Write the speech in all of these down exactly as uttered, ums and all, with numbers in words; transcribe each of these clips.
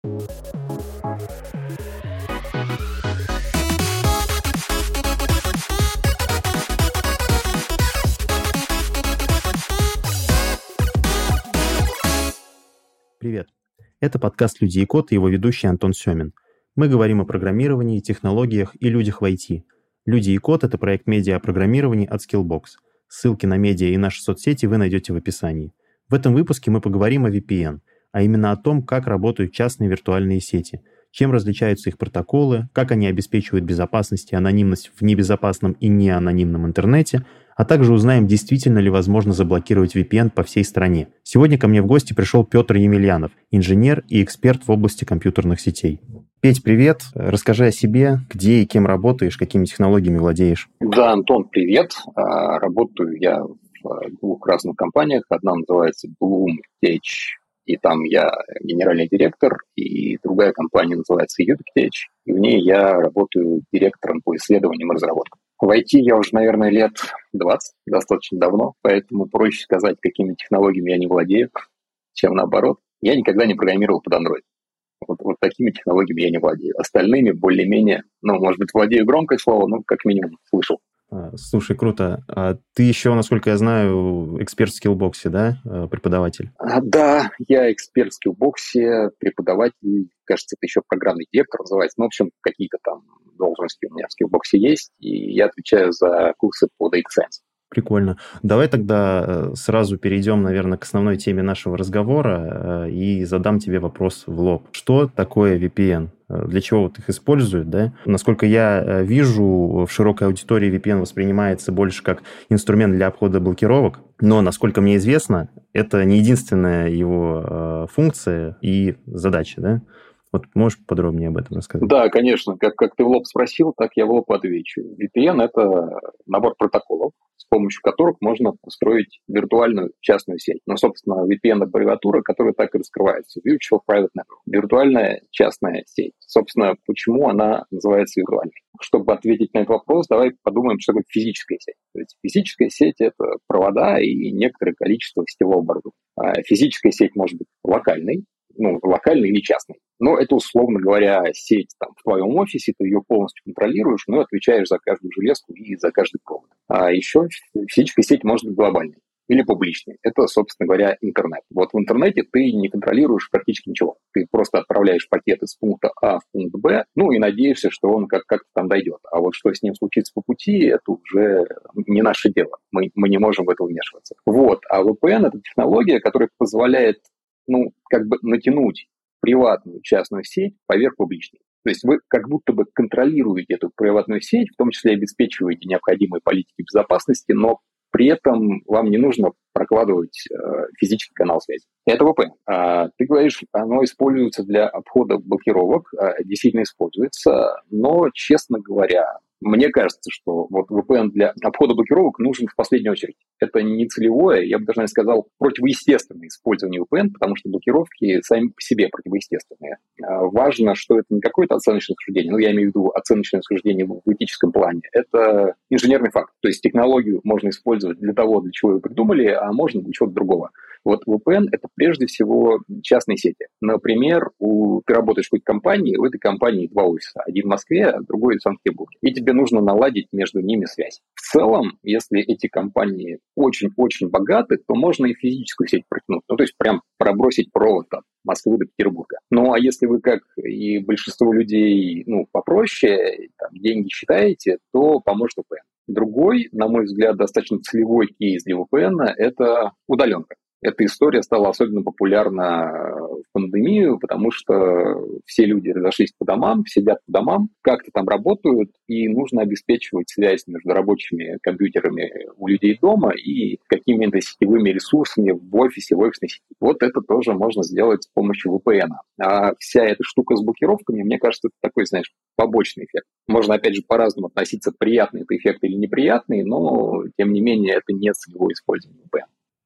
Привет. Это подкаст «Люди и код» и его ведущий Антон Семин. Мы говорим о программировании, технологиях и людях в ай ти. «Люди и код» — это проект медиа о программировании от Skillbox. Ссылки на медиа и наши соцсети вы найдете в описании. В этом выпуске мы поговорим о ви пи эн, а именно о том, как работают частные виртуальные сети, чем различаются их протоколы, как они обеспечивают безопасность и анонимность в небезопасном и неанонимном интернете, а также узнаем, действительно ли возможно заблокировать ви пи эн по всей стране. Сегодня ко мне в гости пришел Петр Емельянов, инженер и эксперт в области компьютерных сетей. Петь, привет. Расскажи о себе, где и кем работаешь, какими технологиями владеешь. Да, Антон, привет. Работаю я в двух разных компаниях. Одна называется BloomTech, и там я генеральный директор, и другая компания называется UbicTech, и в ней я работаю директором по исследованиям и разработкам. В ай ти я уже, наверное, лет двадцать, достаточно давно, поэтому проще сказать, какими технологиями я не владею, чем наоборот. Я никогда не программировал под Android. Вот, вот такими технологиями я не владею. Остальными более-менее, ну, может быть, владею громкое слово, но как минимум слышал. Слушай, круто. А ты еще, насколько я знаю, эксперт в Skillbox, да, преподаватель? А, да, я эксперт в Skillbox, преподаватель, кажется, это еще программный директор называется. Ну, в общем, какие-то там должности у меня в Skillbox есть, и я отвечаю за курсы по Data Science. Прикольно. Давай тогда сразу перейдем, наверное, к основной теме нашего разговора и задам тебе вопрос в лоб. Что такое ви пи эн? Для чего вот их используют, да? Насколько я вижу, в широкой аудитории ви пи эн воспринимается больше как инструмент для обхода блокировок, но, насколько мне известно, это не единственная его функция и задача, да? Вот можешь подробнее об этом рассказать? Да, конечно. Как, как ты в лоб спросил, так я в лоб отвечу. ви пи эн – это набор протоколов, с помощью которых можно построить виртуальную частную сеть. Ну, собственно, ви пи эн – аббревиатура, которая так и раскрывается. Virtual Private Network. Виртуальная частная сеть. Собственно, почему она называется виртуальной? Чтобы ответить на этот вопрос, давай подумаем, что такое физическая сеть. То есть физическая сеть – это провода и некоторое количество сетевого оборудования. А физическая сеть может быть локальной, ну, локальной или частной. Но это, условно говоря, сеть там, в твоем офисе, ты ее полностью контролируешь, но отвечаешь за каждую железку и за каждый провод. А еще физическая сеть может быть глобальной или публичной. Это, собственно говоря, интернет. Вот в интернете ты не контролируешь практически ничего. Ты просто отправляешь пакет из пункта А в пункт Б, ну и надеешься, что он как- как-то там дойдет. А вот что с ним случится по пути, это уже не наше дело. Мы, мы не можем в это вмешиваться. Вот. А ви пи эн – это технология, которая позволяет ну, как бы натянуть приватную частную сеть поверх публичной. То есть вы как будто бы контролируете эту приватную сеть, в том числе обеспечиваете необходимые политики безопасности, но при этом вам не нужно прокладывать э, физический канал связи. Это ви пи эн. А, ты говоришь, оно используется для обхода блокировок, а, действительно используется, но, честно говоря, мне кажется, что вот ви пи эн для обхода блокировок нужен в последнюю очередь. Это не целевое, я бы даже сказал, противоестественное использование ви пи эн, потому что блокировки сами по себе противоестественные. Важно, что это не какое-то оценочное суждение, ну, я имею в виду оценочное суждение в этическом плане, это инженерный факт. То есть технологию можно использовать для того, для чего ее придумали, а можно для чего-то другого. Вот ви пи эн – это прежде всего частные сети. Например, у, ты работаешь в какой-то компании, у этой компании два офиса. Один в Москве, а другой в Санкт-Петербурге. И тебе нужно наладить между ними связь. В целом, если эти компании очень-очень богаты, то можно и физическую сеть протянуть. Ну, то есть прям пробросить провод от Москвы до Петербурга. Ну, а если вы, как и большинство людей, ну, попроще, там, деньги считаете, то поможет ви пи эн. Другой, на мой взгляд, достаточно целевой кейс для ви пи эн – это удаленка. Эта история стала особенно популярна в пандемию, потому что все люди разошлись по домам, сидят по домам, как-то там работают, и нужно обеспечивать связь между рабочими компьютерами у людей дома и какими-то сетевыми ресурсами в офисе, в офисной сети. Вот это тоже можно сделать с помощью ви пи эн. А вся эта штука с блокировками, мне кажется, это такой, знаешь, побочный эффект. Можно, опять же, по-разному относиться, приятный это эффект или неприятный, но, тем не менее, это не целевое использование ви пи эн.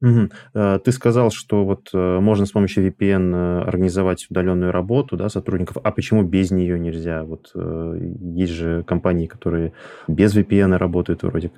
Угу. Ты сказал, что вот можно с помощью ви пи эн организовать удаленную работу, да, сотрудников. А почему без нее нельзя? Вот есть же компании, которые без ви пи эн работают вроде как.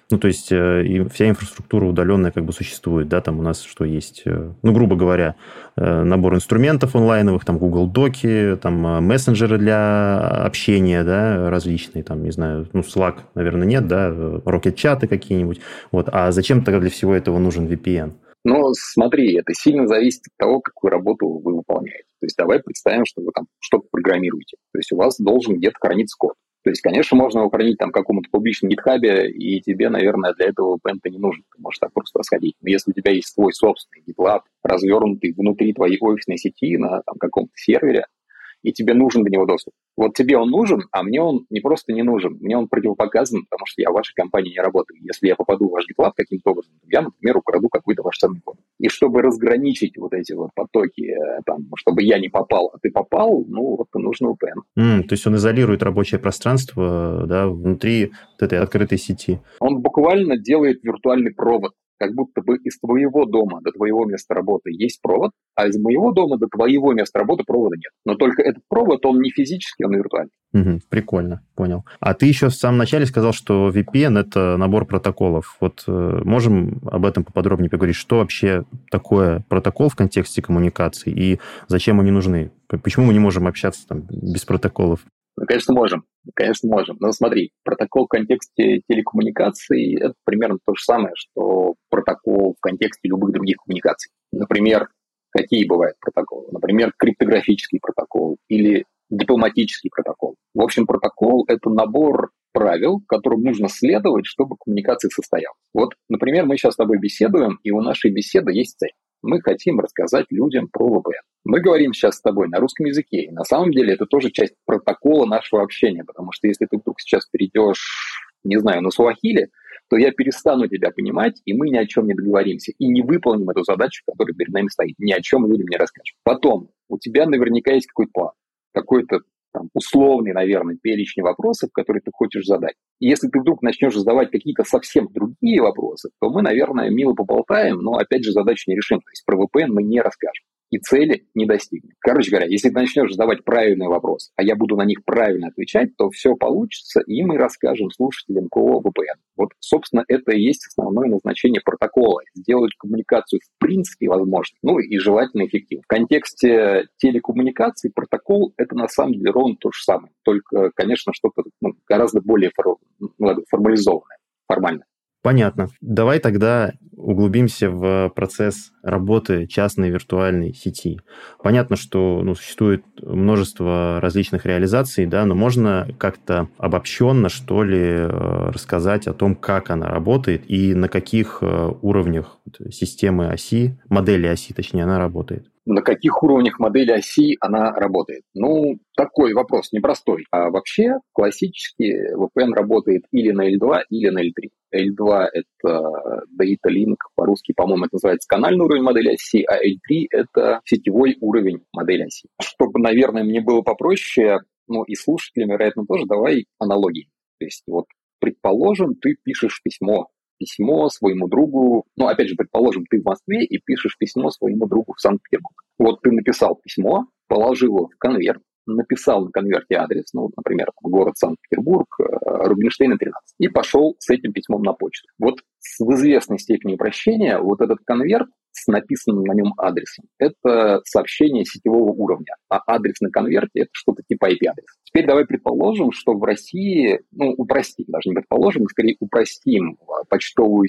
Ну, то есть э, и вся инфраструктура удаленная как бы существует, да, там у нас что есть, э, ну, грубо говоря, э, набор инструментов онлайновых, там Google Доки, там э, мессенджеры для общения, да, различные, там, не знаю, ну, Slack, наверное, нет, да, Rocket-чаты какие-нибудь, вот, а зачем тогда для всего этого нужен ви пи эн? Но смотри, это сильно зависит от того, какую работу вы выполняете. То есть давай представим, что вы там что-то программируете. То есть у вас должен где-то храниться код. То есть, конечно, можно его хранить там в каком-то публичном гитхабе, и тебе, наверное, для этого ви пи эн-то не нужен. Ты можешь так просто расходить. Но если у тебя есть свой собственный GitLab, развернутый внутри твоей офисной сети на там, каком-то сервере, и тебе нужен до него доступ. Вот тебе он нужен, а мне он не просто не нужен, мне он противопоказан, потому что я в вашей компании не работаю. Если я попаду в ваш GitLab каким-то образом, то я, например, украду какой-то ваш ценный код. И чтобы разграничить вот эти вот потоки, там, чтобы я не попал, а ты попал, ну, вот нужен ви пи эн. Mm, то есть он изолирует рабочее пространство, да, внутри вот этой открытой сети. Он буквально делает виртуальный провод. Как будто бы из твоего дома до твоего места работы есть провод, а из моего дома до твоего места работы провода нет. Но только этот провод, он не физический, он виртуальный. Угу, прикольно, понял. А ты еще в самом начале сказал, что ви пи эн – это набор протоколов. Вот э, можем об этом поподробнее поговорить? Что вообще такое протокол в контексте коммуникаций и зачем они нужны? Почему мы не можем общаться там без протоколов? Ну, конечно, можем. Конечно, можем. Но смотри, протокол в контексте телекоммуникаций – это примерно то же самое, что протокол в контексте любых других коммуникаций. Например, какие бывают протоколы? Например, криптографический протокол или дипломатический протокол. В общем, протокол – это набор правил, которым нужно следовать, чтобы коммуникация состоялась. Вот, например, мы сейчас с тобой беседуем, и у нашей беседы есть цель. Мы хотим рассказать людям про ви пи эн. Мы говорим сейчас с тобой на русском языке, и на самом деле это тоже часть протокола нашего общения, потому что если ты вдруг сейчас перейдешь, не знаю, на суахили, то я перестану тебя понимать, и мы ни о чем не договоримся, и не выполним эту задачу, которая перед нами стоит, ни о чем людям не расскажем. Потом, у тебя наверняка есть какой-то план, какой-то там, условный, наверное, перечень вопросов, которые ты хочешь задать. И если ты вдруг начнешь задавать какие-то совсем другие вопросы, то мы, наверное, мило поболтаем, но, опять же, задачу не решим. То есть про ви пи эн мы не расскажем. И цели не достигнем. Короче говоря, если ты начнешь задавать правильные вопросы, а я буду на них правильно отвечать, то все получится, и мы расскажем слушателям про ви пи эн. Вот, собственно, это и есть основное назначение протокола. Сделать коммуникацию в принципе возможно, ну и желательно эффективно. В контексте телекоммуникаций протокол – это на самом деле ровно то же самое, только, конечно, что-то ну, гораздо более фор... ну, формализованное, формальное. Понятно. Давай тогда углубимся в процесс работы частной виртуальной сети. Понятно, что ну, существует множество различных реализаций, да, но можно как-то обобщенно, что ли, рассказать о том, как она работает и на каких уровнях системы оси, модели оси, точнее, она работает. На каких уровнях модели оси она работает? Ну, такой вопрос непростой. А вообще, классически ви пи эн работает или на эл два, или на эл три. эл два – это Data Link, по-русски, по-моему, это называется канальный уровень модели оси, а эл три – это сетевой уровень модели оси. Чтобы, наверное, мне было попроще, ну и слушателям, вероятно, тоже, давай аналогии. То есть вот, предположим, ты пишешь письмо, письмо своему другу, ну, опять же, предположим, ты в Москве и пишешь письмо своему другу в Санкт-Петербург. Вот ты написал письмо, положил его в конверт, написал на конверте адрес, ну, например, город Санкт-Петербург, Рубинштейна, тринадцать, и пошел с этим письмом на почту. Вот в известной степени упрощения вот этот конверт с написанным на нем адресом – это сообщение сетевого уровня, а адрес на конверте – это что-то типа ай пи-адреса. Теперь давай предположим, что в России, ну, упростим, даже не предположим, а скорее упростим почтовую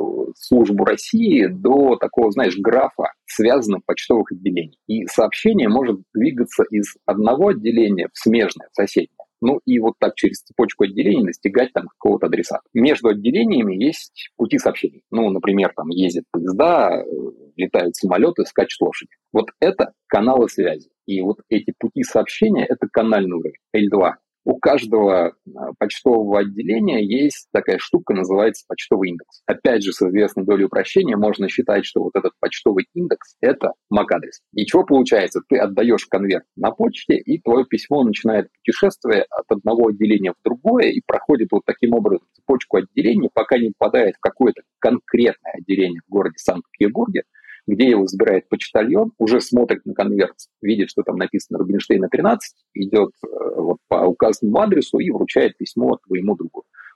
службу России до такого, знаешь, графа связанных почтовых отделений. И сообщение может двигаться из одного отделения в смежное, в соседнее. Ну и вот так через цепочку отделений достигать там какого-то адресата. Между отделениями есть пути сообщений. Ну, например, там ездят поезда, летают самолеты, скачут лошади. Вот это каналы связи. И вот эти пути сообщения – это канальный уровень, эл два. У каждого почтового отделения есть такая штука, называется почтовый индекс. Опять же, с известной долей упрощения можно считать, что вот этот почтовый индекс – это мак-адрес. И чего получается? Ты отдаешь конверт на почте, и твое письмо начинает путешествие от одного отделения в другое и проходит вот таким образом цепочку отделений, пока не попадает в какое-то конкретное отделение в городе Санкт-Петербурге, где его забирает почтальон, уже смотрит на конверт, видит, что там написано Рубинштейна тринадцать, идет вот по указанному адресу и вручает письмо твоему другу.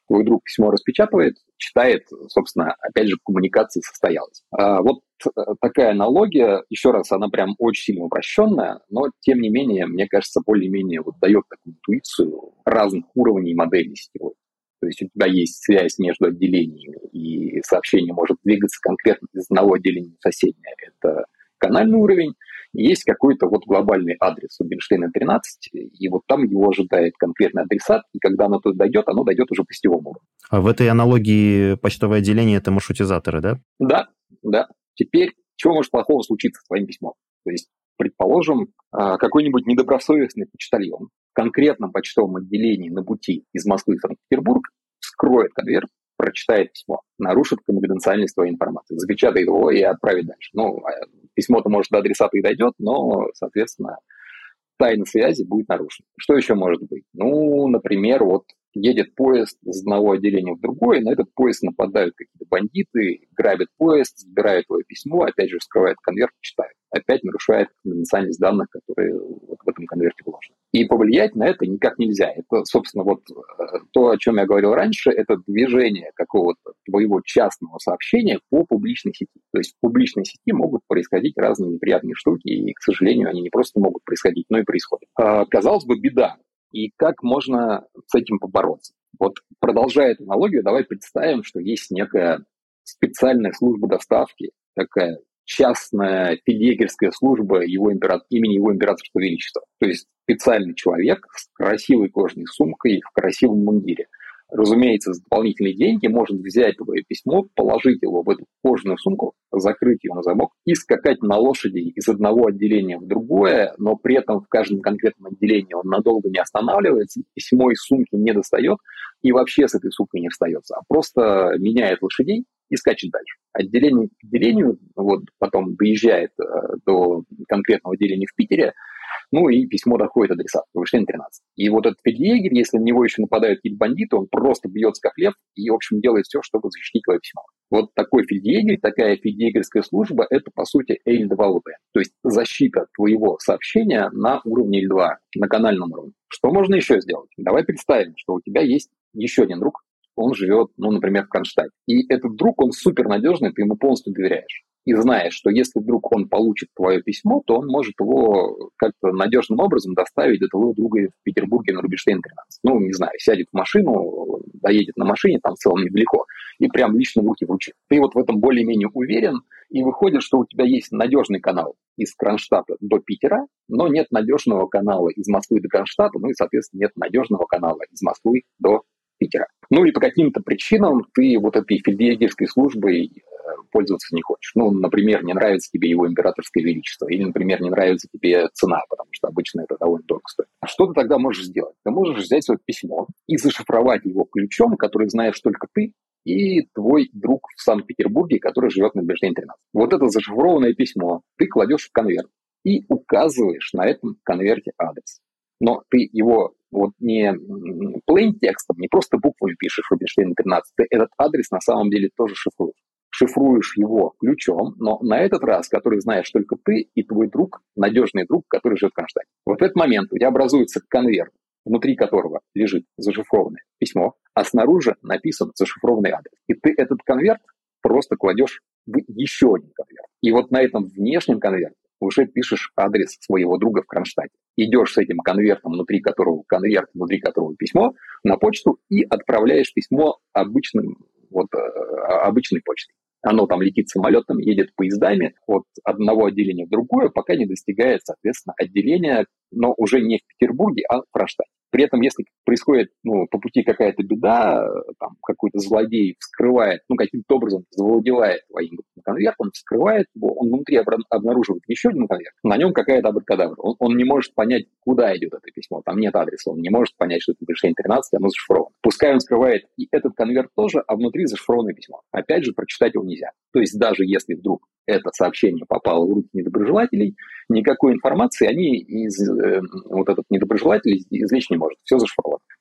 Твой друг письмо распечатывает, читает, собственно, опять же, коммуникация состоялась. А вот такая аналогия, еще раз, она прям очень сильно упрощенная, но, тем не менее, мне кажется, более-менее вот дает такую интуицию разных уровней модели сетевой. То есть у тебя есть связь между отделениями, и сообщение может двигаться конкретно из одного отделения в соседнее. Это канальный уровень. Есть какой-то вот глобальный адрес у Бенштейна тринадцать, и вот там его ожидает конкретный адресат, и когда оно туда дойдет, оно дойдет уже по сетевому уровню. А в этой аналогии почтовое отделение – это маршрутизаторы, да? Да, да. Теперь, чего может плохого случиться с твоим письмом? То есть, предположим, какой-нибудь недобросовестный почтальон в конкретном почтовом отделении на пути из Москвы в Санкт-Петербург вскроет конверт, прочитает письмо, нарушит конфиденциальность твоей информации, запечатает его и отправит дальше. Ну, письмо-то, может, до адресата и дойдет, но, соответственно, тайна связи будет нарушена. Что еще может быть? Ну, например, вот едет поезд из одного отделения в другое, на этот поезд нападают какие-то бандиты, грабят поезд, забирают твое письмо, опять же вскрывают конверт, читают. Опять нарушает конфиденциальность данных, которые вот в этом конверте вложены. И повлиять на это никак нельзя. Это, собственно, вот то, о чем я говорил раньше, это движение какого-то твоего частного сообщения по публичной сети. То есть в публичной сети могут происходить разные неприятные штуки, и, к сожалению, они не просто могут происходить, но и происходят. А, казалось бы, беда. И как можно с этим побороться? Вот продолжая эту аналогию, давай представим, что есть некая специальная служба доставки, такая частная фельдъегерская служба его импера... имени его императорского величества. То есть специальный человек с красивой кожаной сумкой в красивом мундире. Разумеется, за дополнительные деньги может взять твое письмо, положить его в эту кожаную сумку, закрыть ее на замок и скакать на лошади из одного отделения в другое, но при этом в каждом конкретном отделении он надолго не останавливается, письмо из сумки не достает и вообще с этой сумкой не встается, а просто меняет лошадей и скачет дальше. Отделение к отделению, вот потом доезжает э, до конкретного отделения в Питере, ну и письмо доходит адресату, Бенштейн тринадцать. И вот этот фельдъегерь, если на него еще нападают какие-то бандиты, он просто бьется как лев и, в общем, делает все, чтобы защитить твое письмо. Вот такой фельдъегерь, такая фельдъегерская служба, это, по сути, эль два вэ пэ. То есть защита твоего сообщения на уровне эль два, на канальном уровне. Что можно еще сделать? Давай представим, что у тебя есть еще один друг, он живет, ну, например, в Кронштадте. И этот друг, он супернадежный, ты ему полностью доверяешь. И знаешь, что если вдруг он получит твое письмо, то он может его как-то надежным образом доставить до твоего друга в Петербурге на Рубинштейн тринадцать. Ну, не знаю, сядет в машину, доедет на машине, там в целом недалеко, и прям лично в руки вручит. Ты вот в этом более-менее уверен, и выходит, что у тебя есть надежный канал из Кронштадта до Питера, но нет надежного канала из Москвы до Кронштадта, ну и, соответственно, нет надежного канала из Москвы до Питера. Ну и по каким-то причинам ты вот этой фельдъегерской службой пользоваться не хочешь. Ну, например, не нравится тебе его императорское величество, или, например, не нравится тебе цена, потому что обычно это довольно дорого стоит. А что ты тогда можешь сделать? Ты можешь взять свое письмо и зашифровать его ключом, который знаешь только ты и твой друг в Санкт-Петербурге, который живет на Бенштейн тринадцать. Вот это зашифрованное письмо ты кладешь в конверт и указываешь на этом конверте адрес. Но ты его вот не plain текстом, не просто буквами пишешь Рубинштейн тринадцать, ты этот адрес на самом деле тоже шифруешь. Шифруешь его ключом, но на этот раз, который знаешь только ты и твой друг, надежный друг, который живет в Кронштадте. Вот в этот момент у тебя образуется конверт, внутри которого лежит зашифрованное письмо, а снаружи написан зашифрованный адрес. И ты этот конверт просто кладешь в еще один конверт. И вот на этом внешнем конверте уже пишешь адрес своего друга в Кронштадте. Идешь с этим конвертом, внутри которого конверт, внутри которого письмо, на почту и отправляешь письмо обычным, вот, обычной почтой. Оно там летит самолетом, едет поездами от одного отделения в другое, пока не достигает, соответственно, отделения, но уже не в Петербурге, а в Кронштадте. При этом, если происходит ну, по пути какая-то беда, там какой-то злодей вскрывает, ну, каким-то образом завладевает твоим конвертом, вскрывает его, он внутри обнаруживает еще один конверт, на нем какая-то абракадабра. Он, он не может понять, куда идет это письмо, там нет адреса, он не может понять, что это Бенштейн тринадцать, оно зашифровано. Пускай он скрывает и этот конверт тоже, а внутри зашифрованное письмо. Опять же, прочитать его нельзя. То есть даже если вдруг это сообщение попало в руки недоброжелателей, никакой информации они из э, вот этот недоброжелателей извлечь не может. Все зашифровано.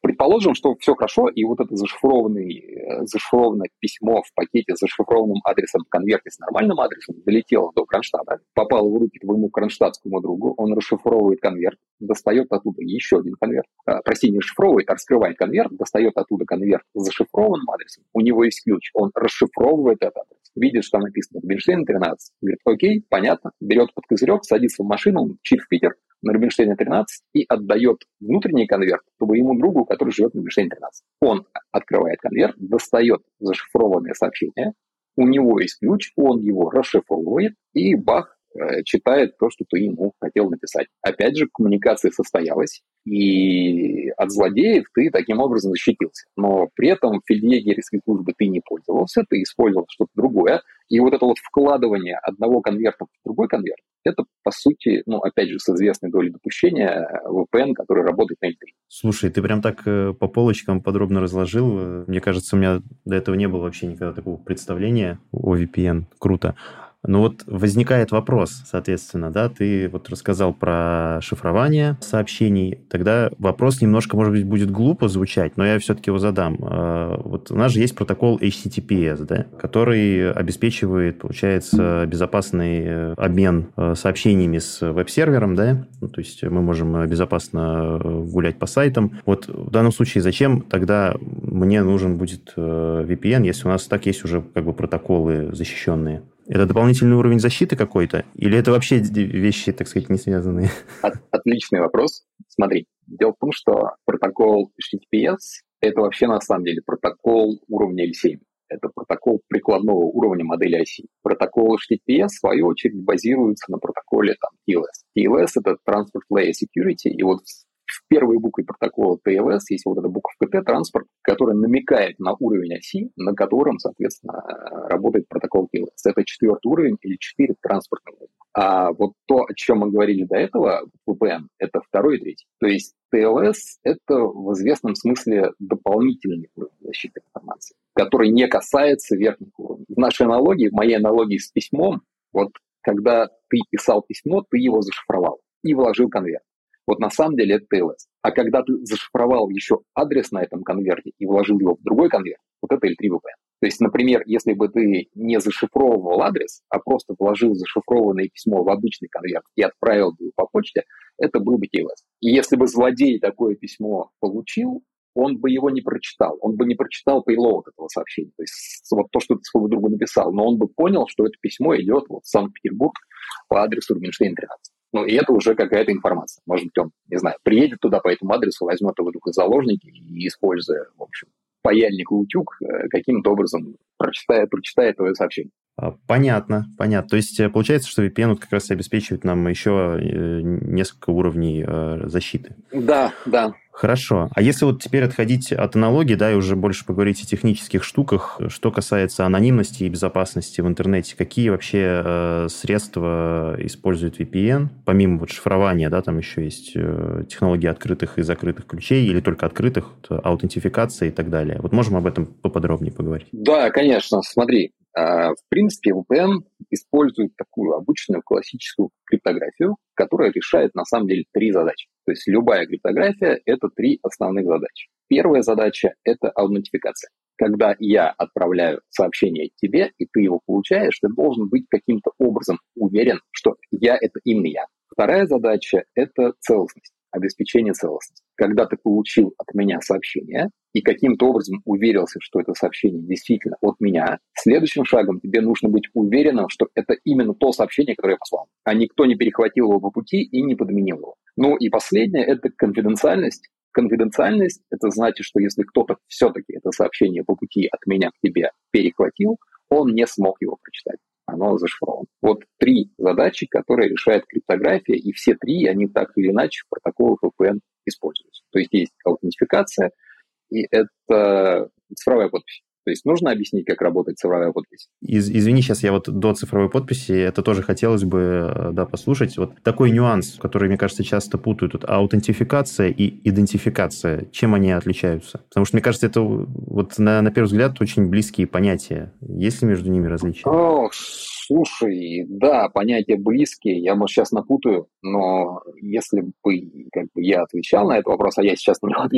Предположим, что все хорошо, и вот это зашифрованное, зашифрованное письмо в пакете с зашифрованным адресом в конверте с нормальным адресом долетело до Кронштадта, попало в руки твоему кронштадтскому другу, он расшифровывает конверт, достает оттуда еще один конверт, а, прости, не расшифровывает, а раскрывает конверт, достает оттуда конверт с зашифрованным адресом, у него есть ключ, он расшифровывает этот адрес, видит, что там написано Рубинштейн тринадцать, говорит, окей, понятно, берет под козырек, садится в машину, мчит в Питер, на Рубинштейна тринадцать и отдает внутренний конверт своему другу, который живет на Рубинштейна тринадцать. Он открывает конверт, достает зашифрованное сообщение, у него есть ключ, он его расшифровывает и бах, читает то, что ты ему хотел написать. Опять же, коммуникация состоялась, и от злодеев ты таким образом защитился. Но при этом фельдъегерской службы ты не пользовался, ты использовал что-то другое. И вот это вот вкладывание одного конверта в другой конверт, это, по сути, ну, опять же, с известной долей допущения ви пи эн, который работает на эл три. Слушай, ты прям так по полочкам подробно разложил. Мне кажется, у меня до этого не было вообще никогда такого представления о ви пи эн. Круто. Ну вот возникает вопрос, соответственно, да, ты вот рассказал про шифрование сообщений, тогда вопрос немножко, может быть, будет глупо звучать, но я все-таки его задам. Вот у нас же есть протокол эйч ти ти пи эс, да, который обеспечивает, получается, безопасный обмен сообщениями с веб-сервером, да, ну, то есть мы можем безопасно гулять по сайтам. Вот в данном случае зачем тогда мне нужен будет ви пи эн, если у нас так есть уже как бы протоколы защищенные? Это дополнительный уровень защиты какой-то? Или это вообще вещи, так сказать, не связанные? От, отличный вопрос. Смотри, дело в том, что протокол эйч ти ти пи эс – это вообще на самом деле протокол уровня эл семь. Это протокол прикладного уровня модели оси. Протокол эйч ти ти пи эс, в свою очередь, базируется на протоколе там, ти эл эс. ти эл эс – это Transport Layer Security, и вот в первой букве протокола ти эл эс есть вот эта буковка Т, транспорт, которая намекает на уровень оси, на котором, соответственно, работает протокол ти эл эс. Это четвертый уровень или четыре транспортных уровня. А вот то, о чем мы говорили до этого, ви пи эн, это второй и третий. То есть ти эл эс – это в известном смысле дополнительный уровень защиты информации, который не касается верхних уровней. В нашей аналогии, в моей аналогии с письмом, вот когда ты писал письмо, ты его зашифровал и вложил в конверт. Вот на самом деле это ти эл эс. А когда ты зашифровал еще адрес на этом конверте и вложил его в другой конверт, вот это эл три ви пи эн. То есть, например, если бы ты не зашифровывал адрес, а просто вложил зашифрованное письмо в обычный конверт и отправил его по почте, это был бы ти эл эс. И если бы злодей такое письмо получил, он бы его не прочитал. Он бы не прочитал payload этого сообщения. То есть вот то, что ты своему другу написал. Но он бы понял, что это письмо идет вот в Санкт-Петербург по адресу Рубинштейн тринадцать. Ну, и это уже какая-то информация. Может быть, он, не знаю, приедет туда по этому адресу, возьмет его вдруг в заложники и, используя, в общем, паяльник и утюг, каким-то образом прочитает, прочитает твое сообщение. Понятно, понятно. То есть получается, что ви пи эн вот как раз обеспечивает нам еще несколько уровней защиты. Да, да. Хорошо. А если вот теперь отходить от аналогии, да, и уже больше поговорить о технических штуках, что касается анонимности и безопасности в интернете, какие вообще э, средства использует ви пи эн, помимо вот шифрования, да, там еще есть э, технологии открытых и закрытых ключей, или только открытых, аутентификация и так далее. Вот можем об этом поподробнее поговорить? Да, конечно. Смотри, в принципе, ви пи эн использует такую обычную классическую криптографию, которая решает на самом деле три задачи. То есть любая криптография – это три основных задачи. Первая задача – это аутентификация. Когда я отправляю сообщение тебе, и ты его получаешь, ты должен быть каким-то образом уверен, что я – это именно я. Вторая задача – это целостность, обеспечение целостности. Когда ты получил от меня сообщение и каким-то образом уверился, что это сообщение действительно от меня, следующим шагом тебе нужно быть уверенным, что это именно то сообщение, которое я послал, а никто не перехватил его по пути и не подменил его. Ну и последнее – это конфиденциальность. Конфиденциальность – это значит, что если кто-то все-таки это сообщение по пути от меня к тебе перехватил, он не смог его прочитать. Оно зашифровано. Вот три задачи, которые решает криптография, и все три, они так или иначе в протоколах ви пи эн используются. То есть есть аутентификация, и это цифровая подпись. То есть нужно объяснить, как работает цифровая подпись? Из, извини, сейчас я вот до цифровой подписи, это тоже хотелось бы, да, послушать. Вот такой нюанс, который, мне кажется, часто путают. Вот аутентификация и идентификация. Чем они отличаются? Потому что, мне кажется, это вот на, на первый взгляд очень близкие понятия. Есть ли между ними различия? О, слушай, да, понятия близкие. Я, может, сейчас напутаю, но если бы, как бы я отвечал на этот вопрос, а я сейчас на него отвечаю,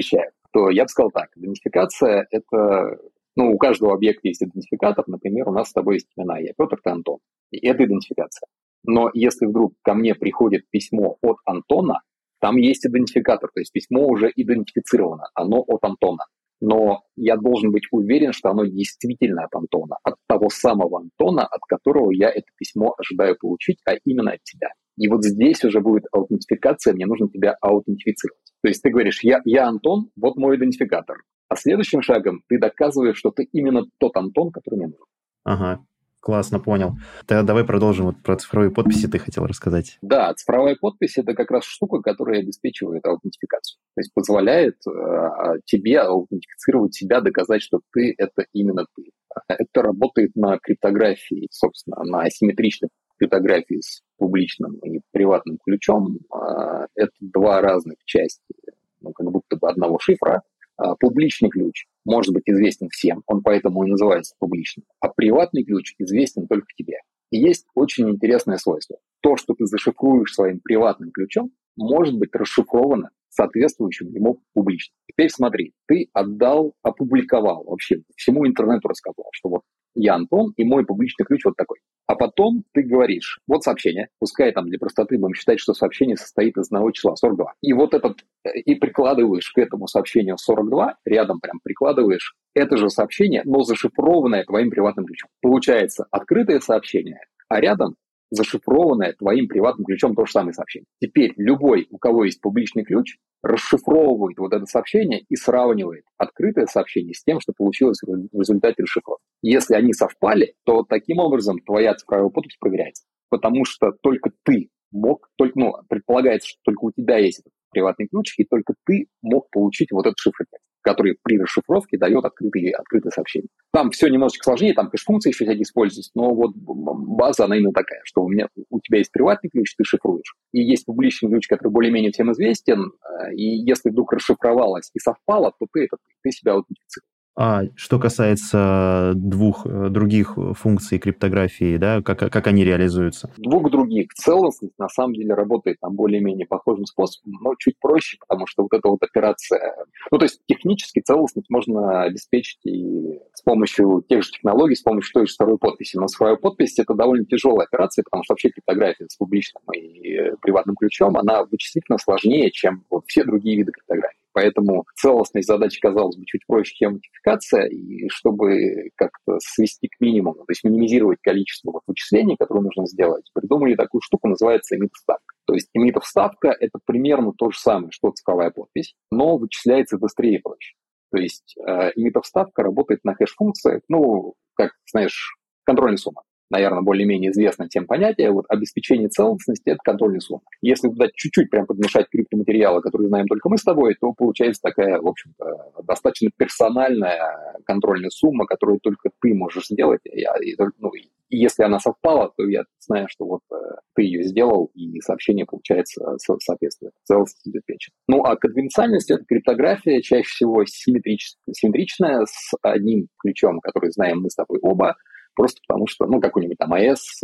то я бы сказал так. Идентификация — это... Ну, у каждого объекта есть идентификатор. Например, у нас с тобой есть имена. Я Петр, ты Антон. И это идентификация. Но если вдруг ко мне приходит письмо от Антона, там есть идентификатор. То есть письмо уже идентифицировано. Оно от Антона. Но я должен быть уверен, что оно действительно от Антона. От того самого Антона, от которого я это письмо ожидаю получить, а именно от тебя. И вот здесь уже будет аутентификация, мне нужно тебя аутентифицировать. То есть ты говоришь, я, я Антон, вот мой идентификатор. А следующим шагом ты доказываешь, что ты именно тот Антон, который мне нужен. Ага, классно, понял. Тогда давай продолжим. Вот про цифровые подписи ты хотел рассказать. Да, цифровая подпись — это как раз штука, которая обеспечивает аутентификацию. То есть позволяет э, тебе аутентифицировать себя, доказать, что ты — это именно ты. Это работает на криптографии, собственно, на асимметричной криптографии с публичным и приватным ключом. Э, это два разных части, ну, как будто бы одного шифра. Э, публичный ключ может быть известен всем, он поэтому и называется публичным, а приватный ключ известен только тебе. И есть очень интересное свойство. То, что ты зашифруешь своим приватным ключом, может быть расшифровано соответствующим ему публично. Теперь смотри, ты отдал, опубликовал, вообще всему интернету рассказал, что вот я Антон, и мой публичный ключ вот такой. А потом ты говоришь, вот сообщение, пускай там для простоты будем считать, что сообщение состоит из одного числа, сорок два. И вот этот, и прикладываешь к этому сообщению сорок два, рядом прям прикладываешь это же сообщение, но зашифрованное твоим приватным ключом. Получается открытое сообщение, а рядом зашифрованное твоим приватным ключом то же самое сообщение. Теперь любой, у кого есть публичный ключ, расшифровывает вот это сообщение и сравнивает открытое сообщение с тем, что получилось в результате расшифровки. Если они совпали, то таким образом твоя цифровая подпись проверяется. Потому что только ты мог, только, ну, предполагается, что только у тебя есть этот приватный ключ, и только ты мог получить вот этот шифр, который при расшифровке дает открытые, открытое сообщение. Там все немножечко сложнее, там кэш-функции еще всякие используются, но вот база, она именно такая, что у, меня, у тебя есть приватный ключ, ты шифруешь, и есть публичный ключ, который более-менее всем известен, и если вдруг расшифровалось и совпало, то ты, это, ты себя аутентифицируешь. А что касается двух других функций криптографии, да, как, как они реализуются? Двух других. Целостность на самом деле работает там более-менее похожим способом, но чуть проще, потому что вот эта вот операция... Ну, то есть технически целостность можно обеспечить и с помощью тех же технологий, с помощью той же второй подписи. Но цифровая подпись — это довольно тяжелая операция, потому что вообще криптография с публичным и приватным ключом, она вычислительно сложнее, чем вот все другие виды криптографии. Поэтому целостность задачи, казалось бы, чуть проще, чем аутентификация, и чтобы как-то свести к минимуму, то есть минимизировать количество вот вычислений, которые нужно сделать, придумали такую штуку, называется эмит-вставка. То есть эмит-вставка — это примерно то же самое, что цифровая подпись, но вычисляется быстрее и проще. То есть э, эмит-вставка работает на хэш-функциях, ну, как, знаешь, контрольная сумма. Наверное, более-менее известно тем понятие, вот обеспечение целостности — это контрольная сумма. Если туда чуть-чуть прям подмешать криптоматериалы, которые знаем только мы с тобой, то получается такая, в общем-то, достаточно персональная контрольная сумма, которую только ты можешь сделать. И, и, ну, и если она совпала, то я знаю, что вот э, ты ее сделал, и сообщение получается соответствует, целостность обеспечена. Ну, а конфиденциальность — это криптография, чаще всего симметричная, симметричная, с одним ключом, который знаем мы с тобой оба, просто потому что, ну, какой-нибудь там эй эс,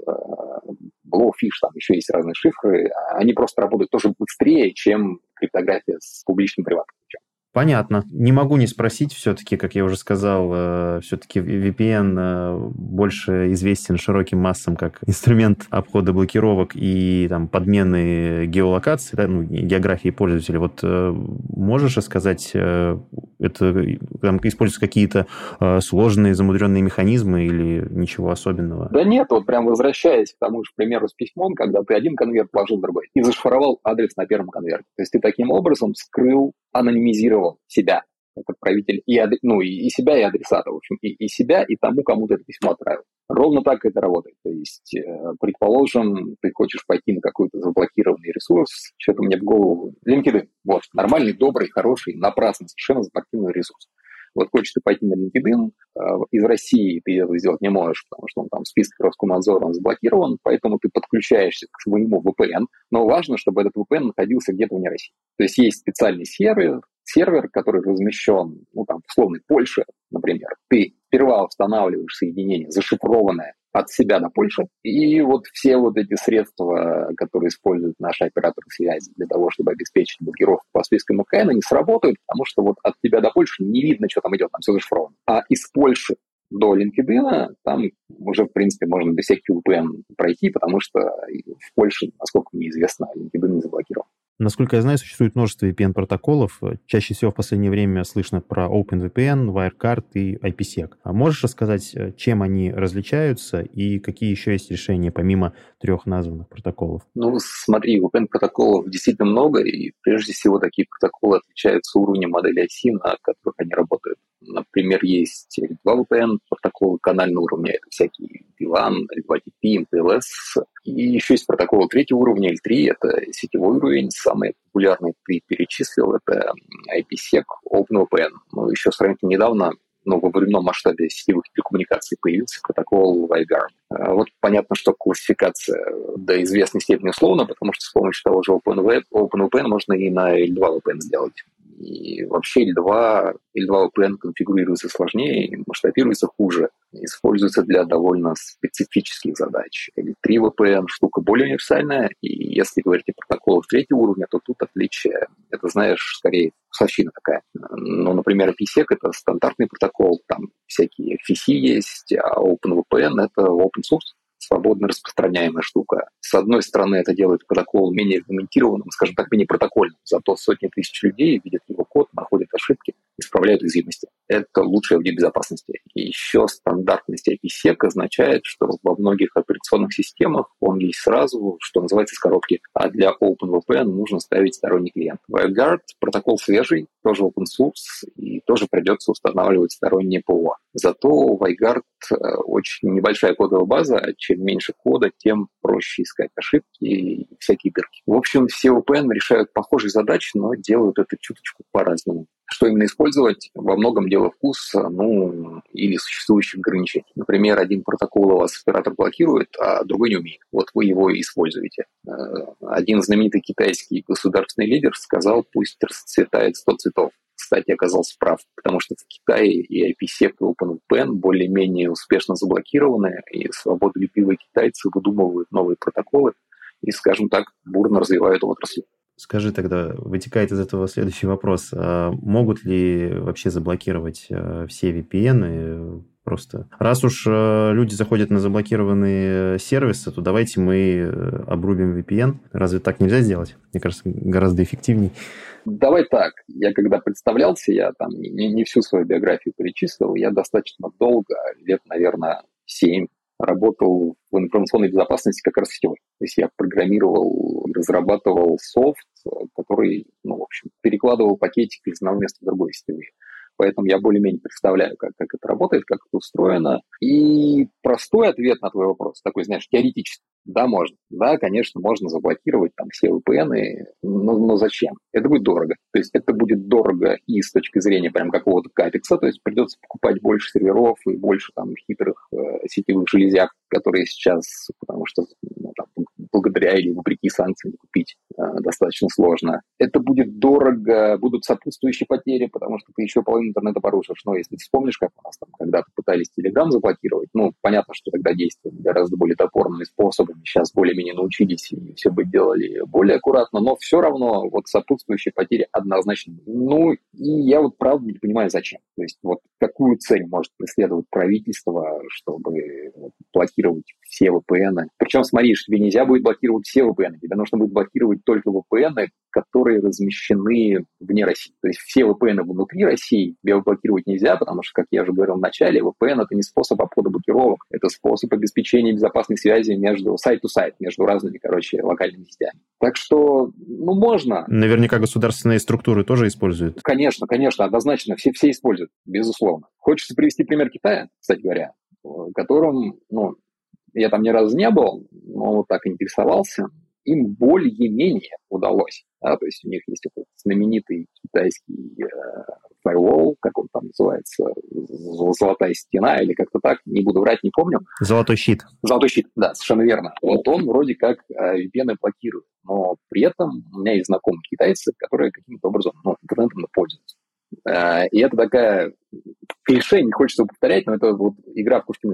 Blowfish, там еще есть разные шифры, они просто работают тоже быстрее, чем криптография с публичным приватным ключом. Понятно. Не могу не спросить все-таки, как я уже сказал, все-таки ви пи эн больше известен широким массам как инструмент обхода блокировок и там, подмены геолокации, да, ну, географии пользователя. Вот можешь рассказать, это там используются какие-то сложные, замудренные механизмы или ничего особенного? Да нет, вот прям возвращаясь к тому же примеру с письмом, когда ты один конверт положил в другой и зашифровал адрес на первом конверте. То есть ты таким образом скрыл, анонимизировал себя, как отправитель, и, ну, и себя, и адресата, в общем, и, и себя, и тому, кому ты это письмо отправил. Ровно так это работает. То есть, предположим, ты хочешь пойти на какой-то заблокированный ресурс, что-то мне в голову... LinkedIn. Вот, нормальный, добрый, хороший, напрасно совершенно заблокированный ресурс. Вот хочешь ты пойти на LinkedIn, из России ты это сделать не можешь, потому что он там в списке Роскомнадзора, он заблокирован, поэтому ты подключаешься к своему ви пи эн, но важно, чтобы этот ви пи эн находился где-то вне России. То есть есть специальный сервер, сервер, который размещен, ну там, в условной Польше, например. Ты сперва устанавливаешь соединение, зашифрованное от себя до Польши. И вот все вот эти средства, которые используют наши операторы связи для того, чтобы обеспечить блокировку по спискам вэ пэ эн, не сработают, потому что вот от тебя до Польши не видно, что там идет, там все зашифровано. А из Польши до LinkedIn там уже, в принципе, можно без всяких вэ пэ эн пройти, потому что в Польше, насколько мне известно, LinkedIn не заблокирован. Насколько я знаю, существует множество ви пи эн-протоколов. Чаще всего в последнее время слышно про OpenVPN, Wirecard и ай пи сек. А можешь рассказать, чем они различаются и какие еще есть решения, помимо трех названных протоколов? Ну, смотри, ви пи эн-протоколов действительно много, и прежде всего такие протоколы отличаются уровнем модели оси, на которых они работают. Например, есть эль два ви пи эн, протоколы канального уровня, это всякие ви лан, эль два ти пи, эм пи эл эс. И еще есть протоколы третьего уровня, эль три, это сетевой уровень. Самый популярный ты перечислил, это ай пи сек, OpenVPN. Ну, еще сравнительно недавно, но во временном масштабе сетевых телекоммуникаций появился протокол WireGuard. Вот понятно, что классификация до известной степени условна, потому что с помощью того же OpenVPN можно и на эль два ви пи эн сделать. И вообще эль два, эль два ви пи эн конфигурируется сложнее, масштабируется хуже, используется для довольно специфических задач. эль три ви пи эн штука более универсальная, и если говорить о протоколах третьего уровня, то тут отличие, это, знаешь, скорее совщина такая. Ну, например, ай пи сек — это стандартный протокол, там всякие эф и си есть, а OpenVPN — это open source, свободно распространяемая штука. С одной стороны, это делает протокол менее регламентированным, скажем так, менее протокольным. Зато сотни тысяч людей видят его код, находят ошибки, исправляют уязвимости. Это лучшее в виде безопасности. И еще стандартность ай пи сек означает, что во многих операционных системах он есть сразу, что называется, из коробки. А для OpenVPN нужно ставить сторонний клиент. WireGuard — протокол свежий, тоже open source, и тоже придется устанавливать стороннее ПО. Зато WireGuard очень небольшая кодовая база, чем меньше кода, тем проще искать ошибки и всякие дырки. В общем, все ви пи эн решают похожие задачи, но делают это чуточку по-разному. Что именно использовать? Во многом дело вкуса, ну, или существующих ограничений. Например, один протокол у вас оператор блокирует, а другой не умеет. Вот вы его и используете. Один знаменитый китайский государственный лидер сказал: пусть расцветает сто цветов. Кстати, оказался прав, потому что в Китае и ай пи сек, и OpenVPN более-менее успешно заблокированы, и свободолюбивые китайцы выдумывают новые протоколы и, скажем так, бурно развивают отрасль. Скажи тогда, вытекает из этого следующий вопрос. А могут ли вообще заблокировать все ви пи эн? Просто раз уж люди заходят на заблокированные сервисы, то давайте мы обрубим ви пи эн. Разве так нельзя сделать? Мне кажется, гораздо эффективней. Давай так. Я когда представлялся, я там не, не всю свою биографию перечислил. Я достаточно долго, лет, наверное, семь, работал в информационной безопасности как раз сетевой. То есть я программировал, разрабатывал софт, который, ну, в общем, перекладывал пакетики из одного места в другое сетевые. Поэтому я более-менее представляю, как, как это работает, как это устроено. И простой ответ на твой вопрос, такой, знаешь, теоретически. Да, можно. Да, конечно, можно заблокировать там все ви пи эн, но, но зачем? Это будет дорого. То есть это будет дорого и с точки зрения прям какого-то капекса, то есть придется покупать больше серверов и больше там хитрых э, сетевых железяк, которые сейчас, потому что ну, там, благодаря или вопреки санкциям купить э, достаточно сложно. Это будет дорого, будут сопутствующие потери, потому что ты еще половину интернета порушишь. Но если ты вспомнишь, как у нас там когда-то пытались Telegram заблокировать, ну, понятно, что тогда действовали гораздо более топорными способами. Сейчас более-менее научились и все бы делали более аккуратно, но все равно вот сопутствующие потери однозначно. Ну, и я вот правда не понимаю, зачем. То есть вот какую цель может преследовать правительство, чтобы блокировать все ви пи эн. Причем, смотри, тебе нельзя будет блокировать все ви пи эн, тебе нужно будет блокировать только ви пи эн, которые размещены вне России. То есть все ви пи эн внутри России тебе блокировать нельзя, потому что, как я уже говорил в начале, ви пи эн — это не способ обхода блокировок, это способ обеспечения безопасной связи между сайт-то-сайт, между разными, короче, локальными сетями. Так что, ну, можно. Наверняка государственные структуры тоже используют. Конечно, конечно, однозначно, все, все используют, безусловно. Хочется привести пример Китая, кстати говоря, в котором, ну, я там ни разу не был, но вот так интересовался. Им более-менее удалось. Да, то есть у них есть этот знаменитый китайский э, firewall, как он там называется, золотая стена или как-то так, не буду врать, не помню. Золотой щит. Золотой щит, да, совершенно верно. Вот он вроде как э, ви пи эн блокирует, но при этом у меня есть знакомые китайцы, которые каким-то образом ну, интернетом пользуются. Э, и это такая клише, не хочется повторять, но это вот игра в кошки-мышки.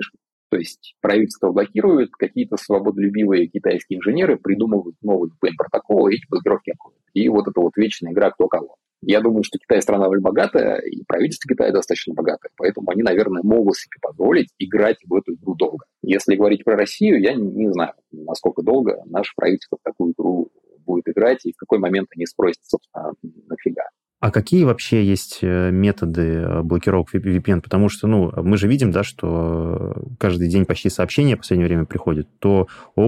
То есть правительство блокирует, какие-то свободолюбивые китайские инженеры придумывают новые ви пи эн-протоколы, и эти блокировки обходят. И вот это вот вечная игра кто кого. Я думаю, что Китай страна довольно богатая, и правительство Китая достаточно богатое, поэтому они, наверное, могут себе позволить играть в эту игру долго. Если говорить про Россию, я не, не знаю, насколько долго наше правительство в такую игру будет играть, и в какой момент они спросят, собственно, нафига. А какие вообще есть методы блокировок ви пи эн? Потому что, ну, мы же видим, да, что каждый день почти сообщения в последнее время приходят. То